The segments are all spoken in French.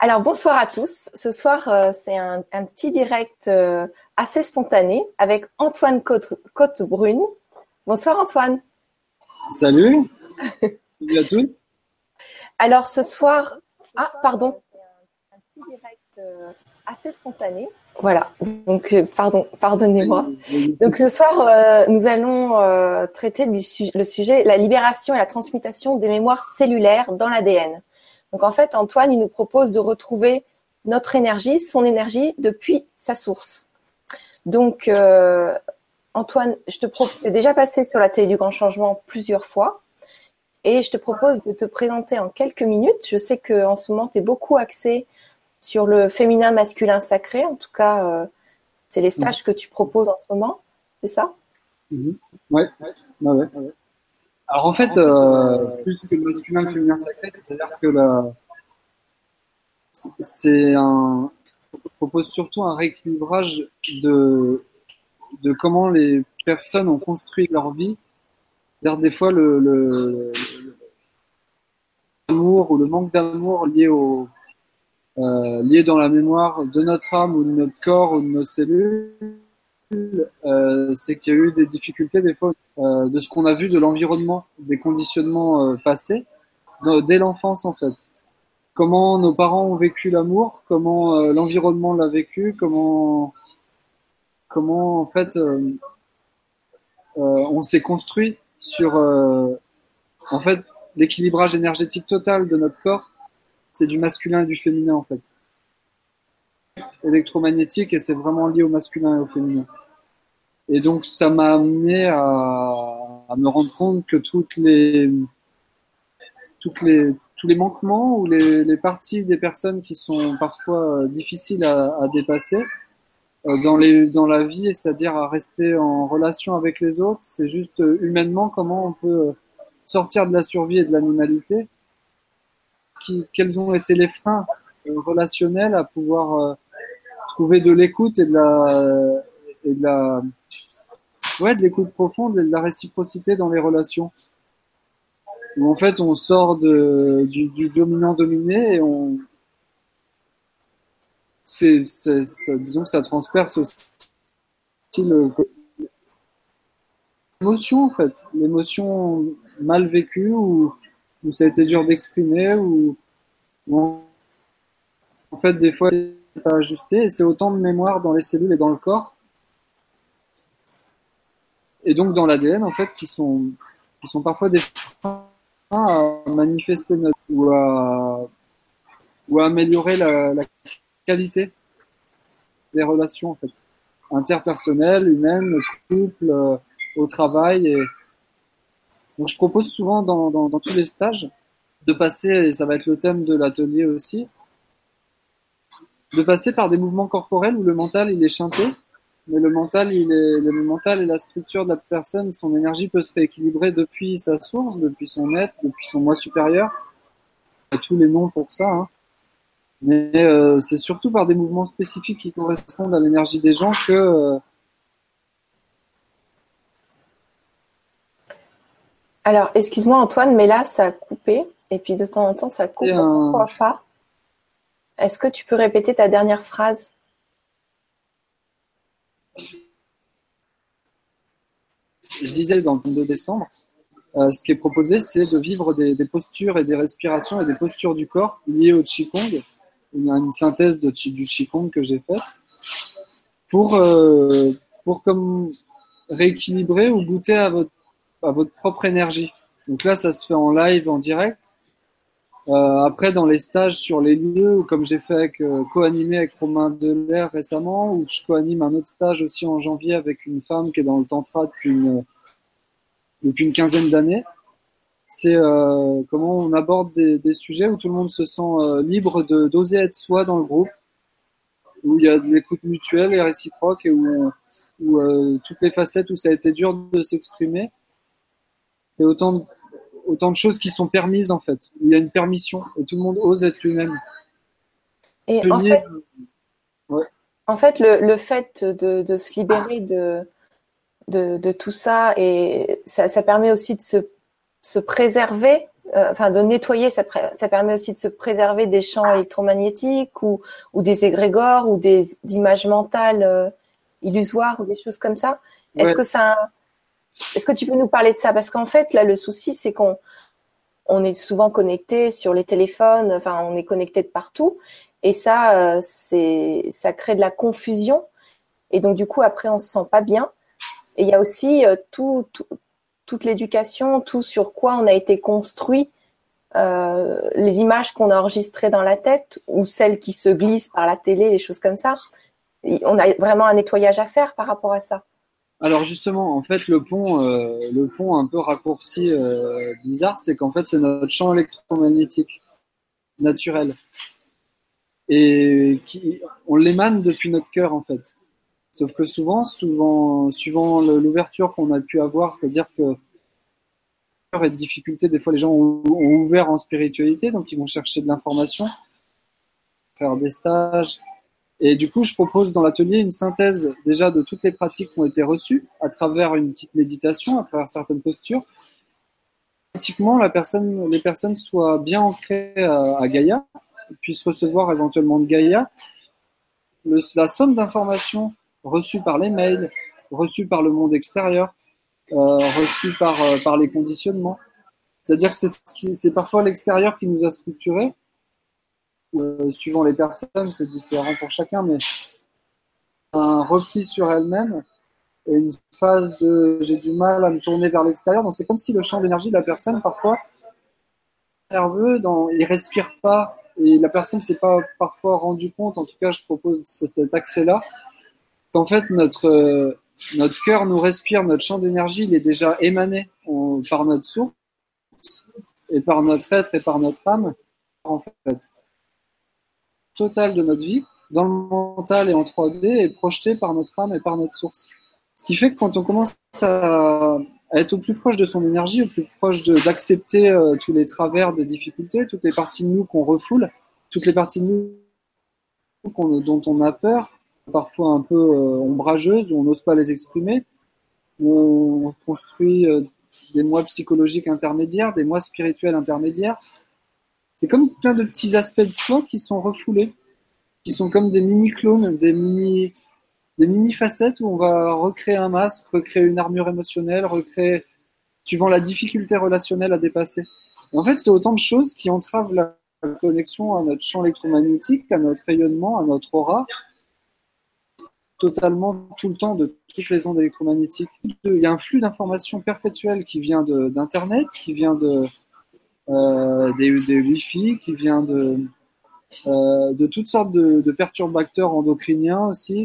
Alors bonsoir à tous. Ce soir, c'est un petit direct assez spontané avec Antoine Côte-Brune. Bonsoir Antoine. Salut, salut à tous. Alors ce soir, pardon, un petit direct assez spontané. Voilà. Donc pardonnez-moi. Donc ce soir, nous allons traiter le sujet la libération et la transmutation des mémoires cellulaires dans l'ADN. Donc en fait, Antoine, il nous propose de retrouver notre énergie, son énergie depuis sa source. Donc Antoine, t'es déjà passé sur la télé du Grand Changement plusieurs fois et je te propose de te présenter en quelques minutes. Je sais qu'en ce moment, tu es beaucoup axé sur le féminin masculin sacré. En tout cas, c'est les stages que tu proposes en ce moment, c'est ça? Ouais. Alors en fait, plus que le masculin, le féminin sacré, c'est-à-dire que je propose surtout un rééquilibrage de comment les personnes ont construit leur vie. C'est-à-dire des fois l'amour ou le manque d'amour lié dans la mémoire de notre âme ou de notre corps ou de nos cellules. C'est qu'il y a eu des difficultés des fois de ce qu'on a vu de l'environnement, des conditionnements passés dès l'enfance en fait. Comment nos parents ont vécu l'amour, comment l'environnement l'a vécu, comment en fait on s'est construit sur en fait l'équilibrage énergétique total de notre corps, c'est du masculin et du féminin en fait. Électromagnétique et c'est vraiment lié au masculin et au féminin. Et donc, ça m'a amené à me rendre compte que tous les manquements ou les parties des personnes qui sont parfois difficiles à dépasser dans la vie, c'est-à-dire à rester en relation avec les autres, c'est juste humainement comment on peut sortir de la survie et de l'animalité. Quels ont été les freins relationnels à pouvoir trouver de l'écoute et de l'écoute profonde et de la réciprocité dans les relations. Où en fait, on sort du dominant-dominé et disons que ça transperce aussi l'émotion, en fait. L'émotion mal vécue où ça a été dur d'exprimer ou en fait, des fois, c'est pas ajusté et c'est autant de mémoire dans les cellules et dans le corps. Et donc, dans l'ADN, en fait, qui sont parfois des freins à manifester ou à améliorer la qualité des relations en fait, interpersonnelles, humaines, couple, au travail. Et donc je propose souvent dans tous les stages de passer, et ça va être le thème de l'atelier aussi, de passer par des mouvements corporels où le mental il est chanté, mais le mental et la structure de la personne, son énergie peut se rééquilibrer depuis sa source, depuis son être, depuis son moi supérieur. Il y a tous les noms pour ça. Hein. Mais c'est surtout par des mouvements spécifiques qui correspondent à l'énergie des gens que Alors, excuse-moi Antoine, mais là, ça a coupé. Et puis de temps en temps, ça coupe. Pourquoi pas? Est-ce que tu peux répéter ta dernière phrase? Je disais dans le 22 décembre, ce qui est proposé, c'est de vivre des postures et des respirations et des postures du corps liées au Qigong. Il y a une synthèse du Qigong que j'ai faite pour, comme rééquilibrer ou goûter à votre propre énergie. Donc là, ça se fait en live, en direct. Après, dans les stages sur les lieux, ou comme j'ai fait co-animé avec Romain Delair récemment, où je co-anime un autre stage aussi en janvier avec une femme qui est dans le tantra depuis une quinzaine d'années. C'est comment on aborde des sujets où tout le monde se sent libre d'oser être soi dans le groupe, où il y a de l'écoute mutuelle et réciproque et où toutes les facettes où ça a été dur de s'exprimer, c'est autant de choses qui sont permises en fait, où il y a une permission et tout le monde ose être lui-même. Et en fait, le fait de se libérer de tout ça, et ça permet aussi de se préserver enfin de nettoyer, ça permet aussi de se préserver des champs électromagnétiques ou des égrégores ou d'images mentales illusoires ou des choses comme ça. Ouais. Est-ce que tu peux nous parler de ça? Parce qu'en fait, là, le souci, c'est qu'on est souvent connecté sur les téléphones, enfin, on est connecté de partout, et ça crée de la confusion, et donc du coup, après, on se sent pas bien. Et il y a aussi toute l'éducation, tout sur quoi on a été construit, les images qu'on a enregistrées dans la tête ou celles qui se glissent par la télé, les choses comme ça. On a vraiment un nettoyage à faire par rapport à ça. Alors justement, en fait, le pont un peu raccourci bizarre, c'est qu'en fait, c'est notre champ électromagnétique naturel. Et on l'émane depuis notre cœur, en fait. Sauf que souvent, suivant l'ouverture qu'on a pu avoir, c'est-à-dire que et de difficultés, des fois les gens ont ouvert en spiritualité, donc ils vont chercher de l'information, faire des stages. Et du coup, je propose dans l'atelier une synthèse déjà de toutes les pratiques qui ont été reçues à travers une petite méditation, à travers certaines postures. Pratiquement, les personnes soient bien ancrées à Gaïa, puissent recevoir éventuellement de Gaïa la somme d'informations reçues par les mails, reçues par le monde extérieur, reçues par les conditionnements. C'est-à-dire que c'est parfois l'extérieur qui nous a structurés. Suivant les personnes, c'est différent pour chacun, mais un repli sur elle-même et une phase de j'ai du mal à me tourner vers l'extérieur. Donc c'est comme si le champ d'énergie de la personne, parfois, nerveux, il respire pas et la personne s'est pas parfois rendu compte. En tout cas, je propose cet accès-là qu'en fait notre cœur nous respire, notre champ d'énergie, il est déjà émané par notre source et par notre être et par notre âme. En fait, total de notre vie, dans le mental et en 3D, est projeté par notre âme et par notre source. Ce qui fait que quand on commence à être au plus proche de son énergie, au plus proche d'accepter tous les travers des difficultés, toutes les parties de nous qu'on refoule, toutes les parties de nous dont on a peur, parfois un peu ombrageuses, où on n'ose pas les exprimer, où on construit des moi psychologiques intermédiaires, des moi spirituels intermédiaires. C'est comme plein de petits aspects de soi qui sont refoulés, qui sont comme des mini-clones, des mini-facettes où on va recréer un masque, recréer une armure émotionnelle, recréer, suivant la difficulté relationnelle à dépasser. Et en fait, c'est autant de choses qui entravent la connexion à notre champ électromagnétique, à notre rayonnement, à notre aura, totalement tout le temps de toutes les ondes électromagnétiques. Il y a un flux d'informations perpétuel qui vient d'Internet, qui vient des Wi-Fi, qui vient de toutes sortes de perturbateurs endocriniens aussi,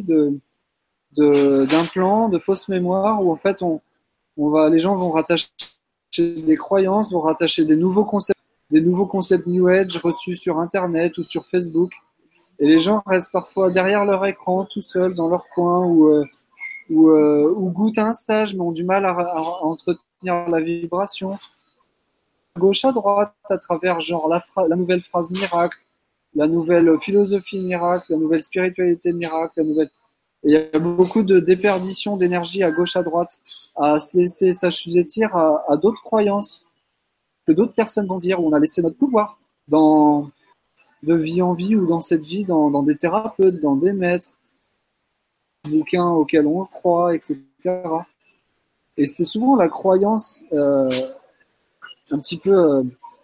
d'implants, de fausses mémoires, où en fait les gens vont rattacher des croyances, vont rattacher des nouveaux concepts New Age reçus sur Internet ou sur Facebook. Et les gens restent parfois derrière leur écran, tout seuls, dans leur coin, ou goûtent un stage, mais ont du mal à entretenir la vibration. À gauche, à droite, à travers genre la nouvelle phrase miracle, la nouvelle philosophie miracle, la nouvelle spiritualité miracle, Et il y a beaucoup de déperdition d'énergie à gauche, à droite, à se laisser s'assujettir à d'autres croyances que d'autres personnes vont dire, où on a laissé notre pouvoir de vie en vie ou dans cette vie, dans des thérapeutes, dans des maîtres, des bouquins auxquels on croit, etc. Et c'est souvent la croyance un petit peu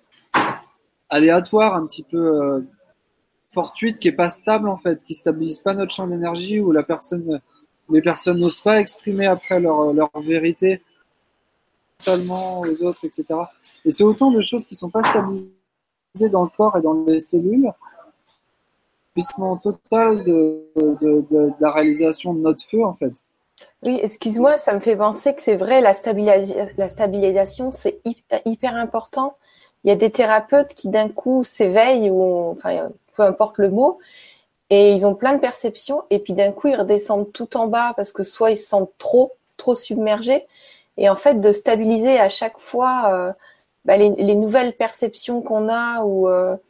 aléatoire, un petit peu fortuite, qui est pas stable en fait, qui stabilise pas notre champ d'énergie, où les personnes n'osent pas exprimer après leur vérité totalement aux autres, etc. Et c'est autant de choses qui sont pas stabilisées dans le corps et dans les cellules, puissement total de la réalisation de notre feu en fait. Oui, excuse-moi, ça me fait penser que c'est vrai, la stabilisation, c'est hyper important. Il y a des thérapeutes qui d'un coup s'éveillent, enfin, peu importe le mot, et ils ont plein de perceptions, et puis d'un coup, ils redescendent tout en bas parce que soit ils se sentent trop submergés, et en fait, de stabiliser à chaque fois les nouvelles perceptions qu'on a ou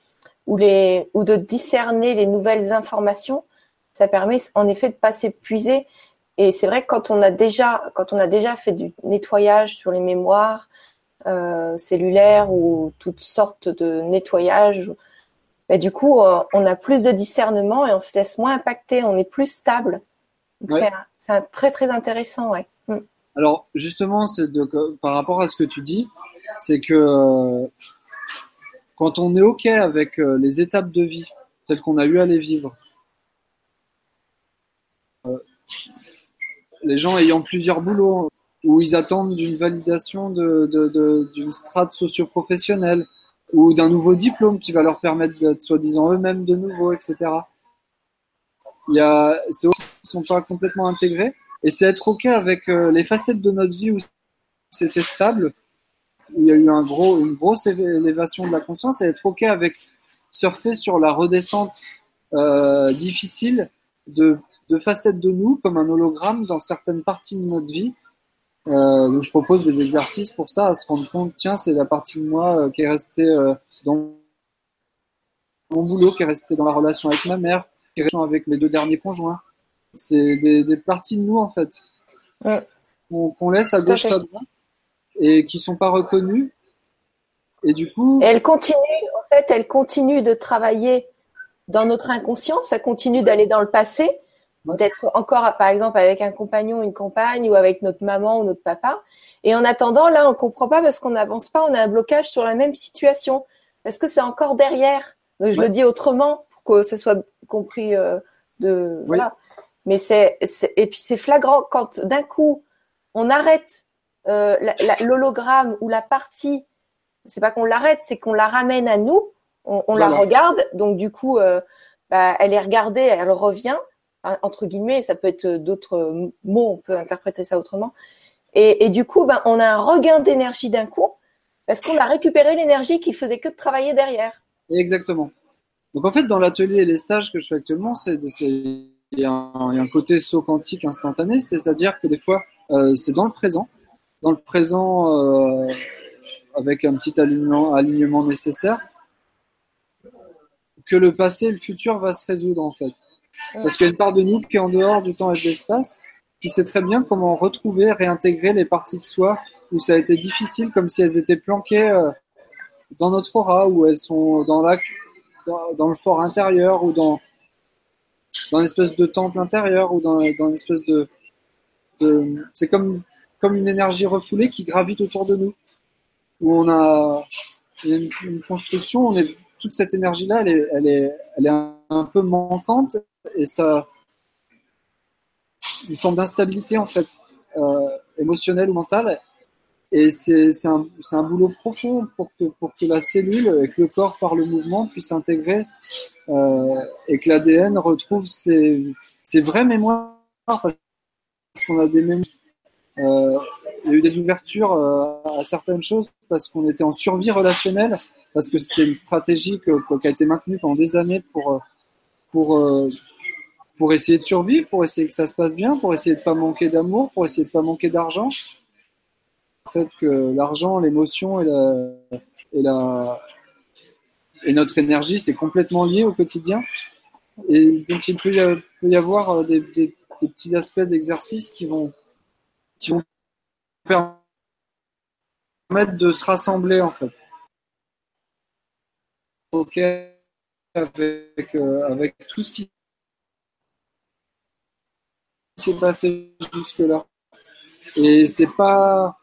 de discerner les nouvelles informations, ça permet en effet de pas s'épuiser. Et c'est vrai que quand on a déjà fait du nettoyage sur les mémoires, cellulaires ou toutes sortes de nettoyages. Et du coup, on a plus de discernement et on se laisse moins impacter, on est plus stable. Donc c'est un très très intéressant, ouais. Alors justement, par rapport à ce que tu dis, c'est que quand on est OK avec les étapes de vie telles qu'on a eu à les vivre, les gens ayant plusieurs boulots, où ils attendent d'une validation d'une strate socio-professionnelle ou d'un nouveau diplôme qui va leur permettre d'être soi-disant eux-mêmes de nouveau, etc. C'est ne sont pas complètement intégrés et c'est être OK avec les facettes de notre vie où c'était stable, où il y a eu une grosse élévation de la conscience et être OK avec surfer sur la redescente difficile de facettes de nous comme un hologramme dans certaines parties de notre vie. Donc je propose des exercices pour ça, à se rendre compte, tiens, c'est la partie de moi qui est restée dans mon boulot, qui est restée dans la relation avec ma mère, qui est restée avec mes 2 derniers conjoints. C'est des parties de nous, en fait, qu'on laisse à gauche, à droite, et qui sont pas reconnues. Et du coup... Et elle continue de travailler dans notre inconscient, ça continue d'aller dans le passé, d'être encore, par exemple, avec un compagnon, une compagne, ou avec notre maman ou notre papa. Et en attendant, là, on comprend pas parce qu'on n'avance pas, on a un blocage sur la même situation. Parce que c'est encore derrière. Donc, je le dis autrement pour que ce soit compris voilà. Mais et puis c'est flagrant quand d'un coup, on arrête l'hologramme ou la partie. C'est pas qu'on l'arrête, c'est qu'on la ramène à nous. On la regarde. Donc, du coup, elle est regardée, elle revient. Entre guillemets, ça peut être d'autres mots, on peut interpréter ça autrement. Et du coup, on a un regain d'énergie d'un coup, parce qu'on a récupéré l'énergie qui faisait que de travailler derrière. Exactement. Donc en fait, dans l'atelier et les stages que je fais actuellement, il y a un côté saut quantique instantané, c'est-à-dire que des fois, c'est dans le présent avec un petit alignement nécessaire, que le passé et le futur va se résoudre en fait. Parce qu'il y a une part de nous qui est en dehors du temps et de l'espace, qui sait très bien comment retrouver, réintégrer les parties de soi où ça a été difficile, comme si elles étaient planquées dans notre aura, où elles sont dans le fort intérieur, ou dans une espèce de temple intérieur, ou dans une espèce de c'est comme une énergie refoulée qui gravite autour de nous, où on a une construction, toute cette énergie-là, elle est un peu manquante, et ça, une forme d'instabilité en fait, émotionnelle ou mentale. Et c'est un boulot profond pour que la cellule et que le corps par le mouvement puisse intégrer et que l'ADN retrouve ses vraies mémoires, parce qu'on a des mémoires. Il y a eu des ouvertures à certaines choses parce qu'on était en survie relationnelle, parce que c'était une stratégie qui a été maintenue pendant des années pour essayer de survivre, pour essayer que ça se passe bien, pour essayer de pas manquer d'amour, pour essayer de pas manquer d'argent. Le fait que l'argent, l'émotion et notre énergie, c'est complètement lié au quotidien. Et donc il peut y avoir des petits aspects d'exercice qui vont permettre de se rassembler en fait. Ok, avec tout ce qui s'est passé jusque-là. Et c'est pas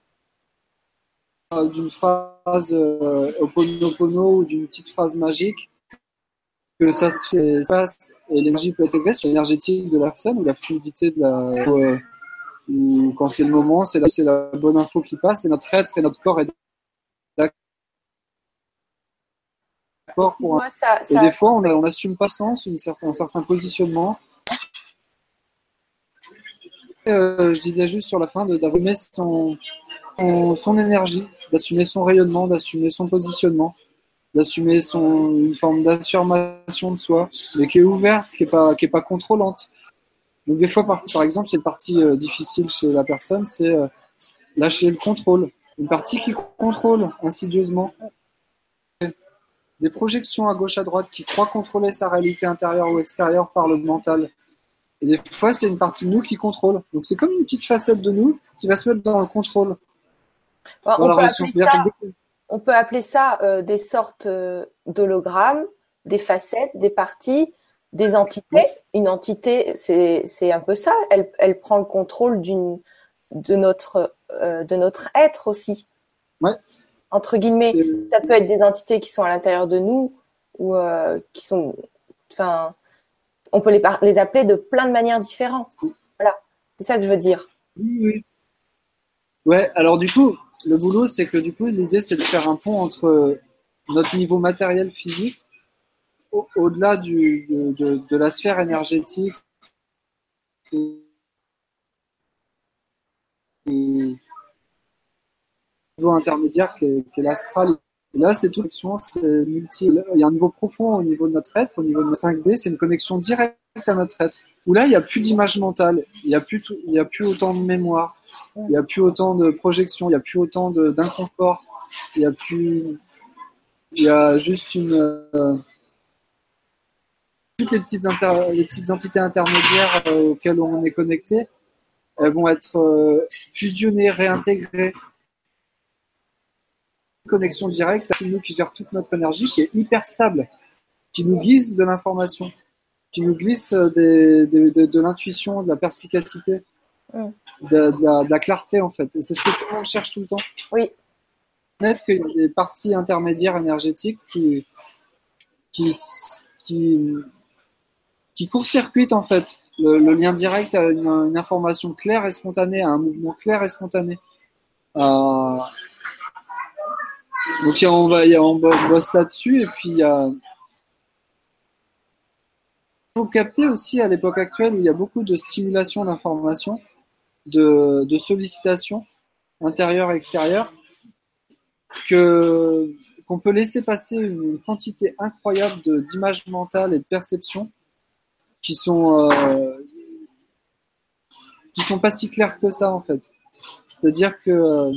d'une phrase Ho'oponopono ou d'une petite phrase magique que ça se passe, et l'énergie peut être intégrée sur l'énergétique de la personne ou la fluidité de ou quand c'est le moment, c'est la bonne info qui passe, et notre être et notre corps est d'accord pour et des fois on n'assume pas le sens, un certain positionnement. Je disais juste sur la fin d'assumer son énergie, d'assumer son rayonnement, d'assumer son positionnement, d'assumer une forme d'affirmation de soi, mais qui est ouverte, qui est pas contrôlante. Donc des fois, par exemple, c'est une partie difficile chez la personne, c'est lâcher le contrôle. Une partie qui contrôle insidieusement. Des projections à gauche, à droite, qui croit contrôler sa réalité intérieure ou extérieure par le mental. Et des fois, c'est une partie de nous qui contrôle. Donc c'est comme une petite facette de nous qui va se mettre dans le contrôle. Bon, dans la relation. on peut appeler ça des sortes d'hologrammes, des facettes, des parties, des entités. Oui. Une entité, c'est un peu ça. Elle prend le contrôle de notre être aussi. Ouais. Entre guillemets, ça peut être des entités qui sont à l'intérieur de nous ou qui sont, enfin, on peut les appeler de plein de manières différentes. Voilà, c'est ça que je veux dire. Oui, oui. Ouais, alors du coup, le boulot, c'est que du coup, l'idée, c'est de faire un pont entre notre niveau matériel physique au-delà de la sphère énergétique ou niveau intermédiaire qui est l'astral. Et là, c'est toute connexion, c'est multi. Il y a un niveau profond au niveau de notre être, au niveau de nos 5D, c'est une connexion directe à notre être. Où là, il n'y a plus d'image mentale, il n'y a plus autant de mémoire, il n'y a plus autant de projections, il n'y a plus autant d'inconfort, il y a juste toutes les petites entités intermédiaires auxquelles on est connecté, elles vont être fusionnées, réintégrées. Connexion directe, c'est nous qui gère toute notre énergie, qui est hyper stable, qui nous glisse de l'information, qui nous glisse de l'intuition, de la perspicacité, de la clarté en fait. Et c'est ce que tout le monde cherche tout le temps. Oui. Peut-être qu'il y a des parties intermédiaires énergétiques qui court-circuitent en fait le lien direct à une information claire et spontanée, à un mouvement clair et spontané. Donc on bosse là-dessus et puis il faut capter aussi à l'époque actuelle où il y a beaucoup de stimulation d'informations, de sollicitations intérieures et extérieures, qu'on peut laisser passer une quantité incroyable d'images mentales et de perceptions qui sont pas si claires que ça en fait. C'est-à-dire que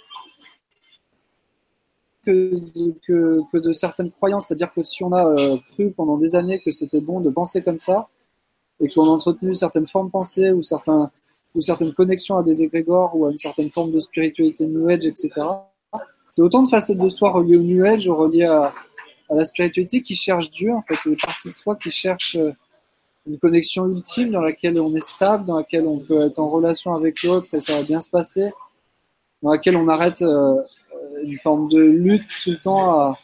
de certaines croyances, c'est-à-dire que si on a cru pendant des années que c'était bon de penser comme ça, et qu'on a entretenu certaines formes pensées ou certaines connexions à des égrégores ou à une certaine forme de spiritualité New Age, etc. C'est autant de facettes de soi reliées au New Age ou reliées à la spiritualité qui cherchent Dieu. En fait, c'est des parties de soi qui cherchent une connexion ultime dans laquelle on est stable, dans laquelle on peut être en relation avec l'autre et ça va bien se passer, dans laquelle on arrête une forme de lutte tout le temps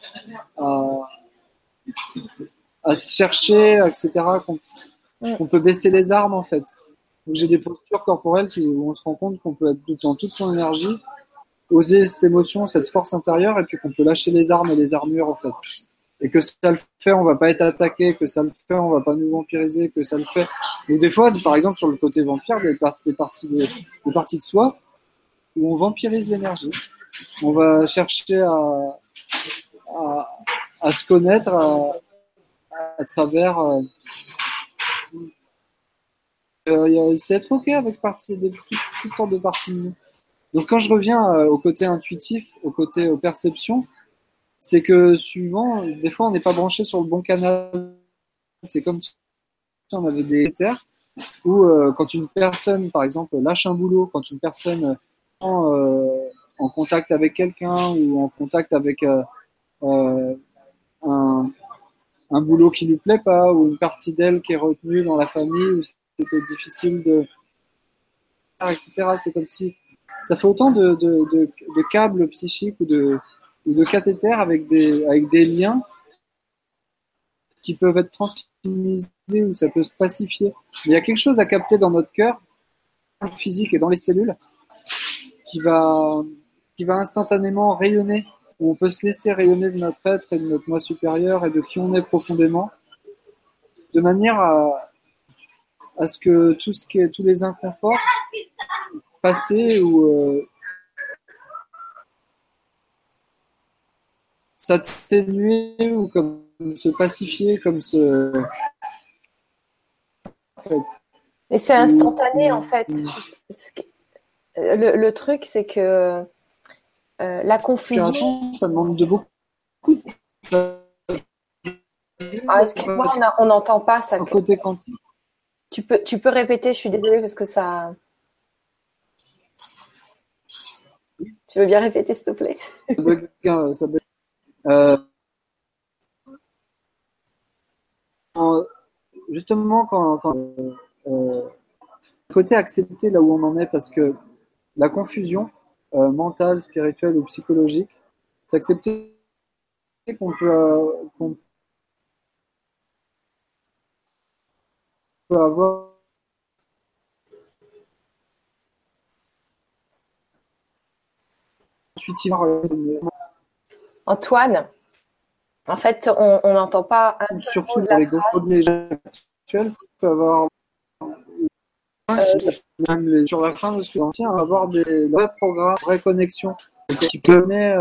à se chercher, etc. Qu'on peut baisser les armes en fait. Donc j'ai des postures corporelles où on se rend compte qu'on peut être dans toute son énergie, oser cette émotion, cette force intérieure, et puis qu'on peut lâcher les armes et les armures en fait. Et que ça le fait, on va pas être attaqué, que ça le fait, on va pas nous vampiriser, que ça le fait. Donc des fois, par exemple sur le côté vampire, des parties de soi où on vampirise l'énergie. On va chercher à se connaître à travers c'est être ok avec toutes sortes de parties de nous. Donc quand je reviens au côté intuitif, aux perceptions, c'est que souvent, des fois, on n'est pas branché sur le bon canal. C'est comme si on avait des terres où quand une personne, par exemple, lâche un boulot, quand une personne est en contact avec quelqu'un ou en contact avec euh, un, un boulot qui lui plaît pas ou une partie d'elle qui est retenue dans la famille où c'était difficile etc. C'est comme si ça fait autant de câbles psychiques ou de cathéters avec des liens qui peuvent être transmisés ou ça peut se pacifier. Mais il y a quelque chose à capter dans notre cœur, dans le physique et dans les cellules, qui va instantanément rayonner, où on peut se laisser rayonner de notre être et de notre moi supérieur et de qui on est profondément, de manière à ce que tous les inconforts passés ou s'atténuer ou comme se pacifier, comme se. En fait. Et c'est instantané en fait. Le truc, c'est que la confusion. Ça demande de beaucoup. Excuse-moi, on n'entend pas ça. Côté quantique. Tu peux répéter, je suis désolée parce que ça. Tu veux bien répéter, s'il te plaît? Ça bug, ça bug. Justement, côté accepter là où on en est, parce que la confusion mentale, spirituelle ou psychologique, c'est accepter qu'on peut avoir intuitivement. Antoine, en fait, on n'entend pas un seul Surtout mot de pour la les phrase. groupes actuels, peut avoir même sur la fin de ce que l'on tient, avoir des vrais programmes, vraies connexions qui permet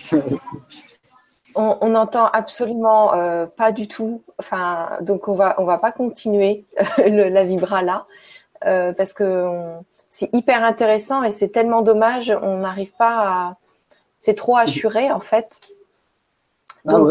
On n'entend absolument pas du tout. Enfin, donc on va pas continuer la vibra là parce que c'est hyper intéressant et c'est tellement dommage. On n'arrive pas à. C'est trop assuré en fait. Donc,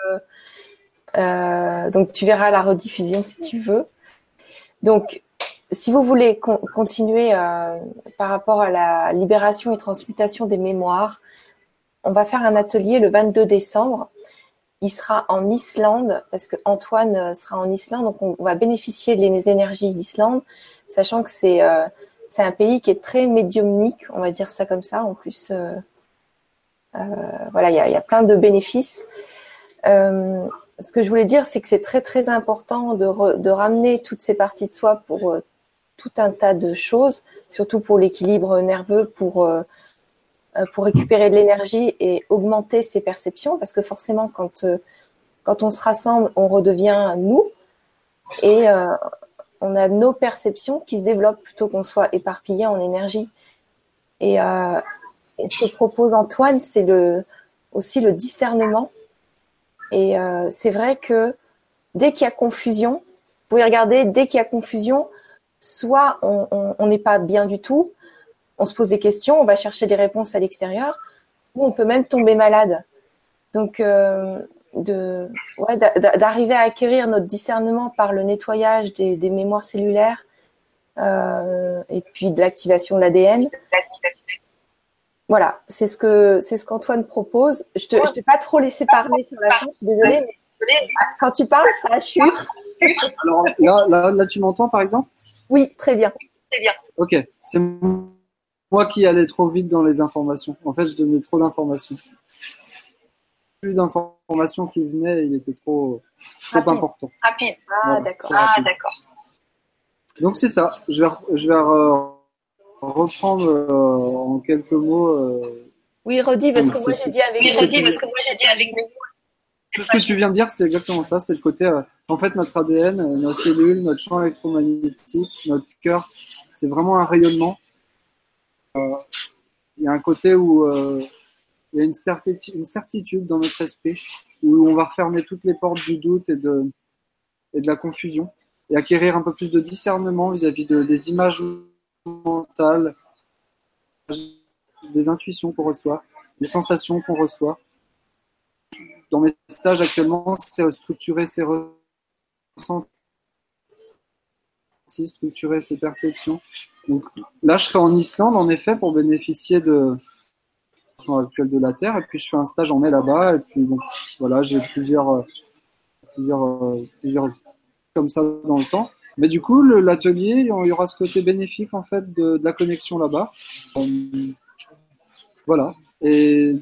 donc tu verras la rediffusion si tu veux. Donc, si vous voulez continuer par rapport à la libération et transmutation des mémoires, on va faire un atelier le 22 décembre. Il sera en Islande parce que Antoine sera en Islande, donc on va bénéficier des énergies d'Islande, sachant que c'est un pays qui est très médiumnique, on va dire ça comme ça. En plus, voilà, il y a plein de bénéfices. Ce que je voulais dire, c'est que c'est très très important de ramener toutes ces parties de soi pour tout un tas de choses, surtout pour l'équilibre nerveux, pour récupérer de l'énergie et augmenter ses perceptions, parce que forcément, quand on se rassemble, on redevient nous et on a nos perceptions qui se développent plutôt qu'on soit éparpillé en énergie. Et ce que propose Antoine, c'est aussi le discernement. Et c'est vrai que dès qu'il y a confusion, vous pouvez regarder, dès qu'il y a confusion, soit on n'est pas bien du tout, on se pose des questions, on va chercher des réponses à l'extérieur, ou on peut même tomber malade. Donc, d'arriver à acquérir notre discernement par le nettoyage des mémoires cellulaires et puis de l'activation de l'ADN. Voilà, c'est ce qu'Antoine propose. Je t'ai pas trop laissé parler sur la fin, je suis désolée, mais quand tu parles, ça assure. Alors là, tu m'entends par exemple? Oui, très bien. Ok, c'est moi qui allais trop vite dans les informations. En fait, je donnais trop d'informations. Plus d'informations qui venaient, il était trop important. Rapide. Ah, d'accord. Donc c'est ça. Je vais reprendre en quelques mots. Oui, redis parce que moi j'ai dit avec. Tout ce que tu viens de dire, c'est exactement ça. C'est le côté. En fait, notre ADN, nos cellules, notre champ électromagnétique, notre cœur, c'est vraiment un rayonnement. Il y a un côté où il y a une certitude dans notre esprit, où on va refermer toutes les portes du doute et de la confusion, et acquérir un peu plus de discernement vis-à-vis des images mentales, des intuitions qu'on reçoit, des sensations qu'on reçoit. Dans mes stages actuellement, c'est structurer ses ressentis, structurer ses perceptions. Donc là, je serai en Islande, en effet, pour bénéficier de la situation actuelle de la Terre, et puis je fais un stage en mai là-bas, et puis donc, voilà, j'ai plusieurs comme ça dans le temps. Mais du coup, l'atelier, il y aura ce côté bénéfique en fait de la connexion là-bas. Voilà. Et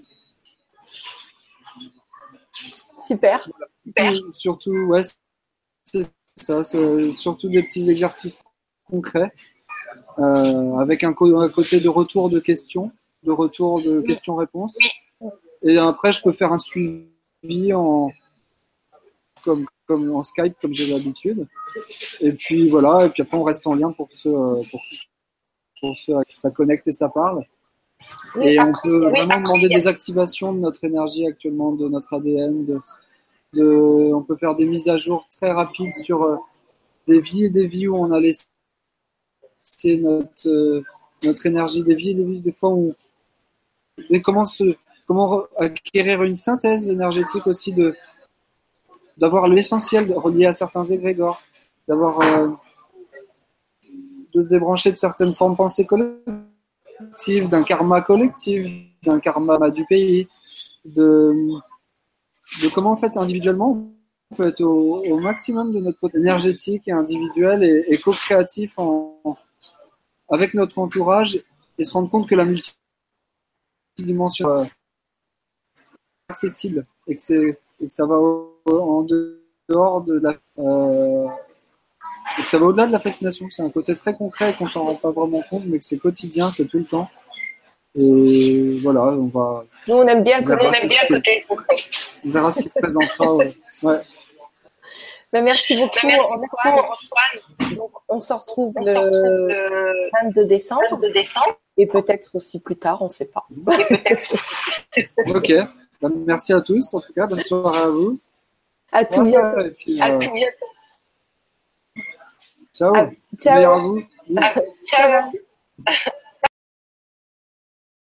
super. Surtout, ouais, c'est ça. C'est surtout des petits exercices concrets avec un côté de retour de questions, de retour de questions-réponses. Et après, je peux faire un suivi comme en Skype, comme j'ai l'habitude. Et puis voilà, et puis après on reste en lien pour ceux à qui ça connecte et ça parle. Oui, et après, on peut vraiment demander des activations de notre énergie actuellement, de notre ADN. On peut faire des mises à jour très rapides sur des vies et des vies où on a laissé notre énergie, des vies et des vies, des fois où comment acquérir une synthèse énergétique aussi d'avoir l'essentiel relié à certains égrégores, de se débrancher de certaines formes de pensée collectives collectif, d'un karma collectif, d'un karma du pays, de comment en fait individuellement on peut être au maximum de notre côté énergétique et individuel et co-créatif avec notre entourage et se rendre compte que la multidimension est accessible et que ça va en dehors de la et que ça va au-delà de la fascination. C'est un côté très concret et qu'on s'en rend pas vraiment compte, mais que c'est quotidien, c'est tout le temps. Et voilà, Nous, on aime bien le côté concret. On verra ce qui se présentera. Ouais. Merci beaucoup, Antoine. Donc, on se retrouve le 22 décembre. Et peut-être aussi plus tard, on ne sait pas. Ok. Merci à tous, en tout cas. Bonne soirée à vous. À tout bientôt. Ciao. Ciao. À vous. Ciao.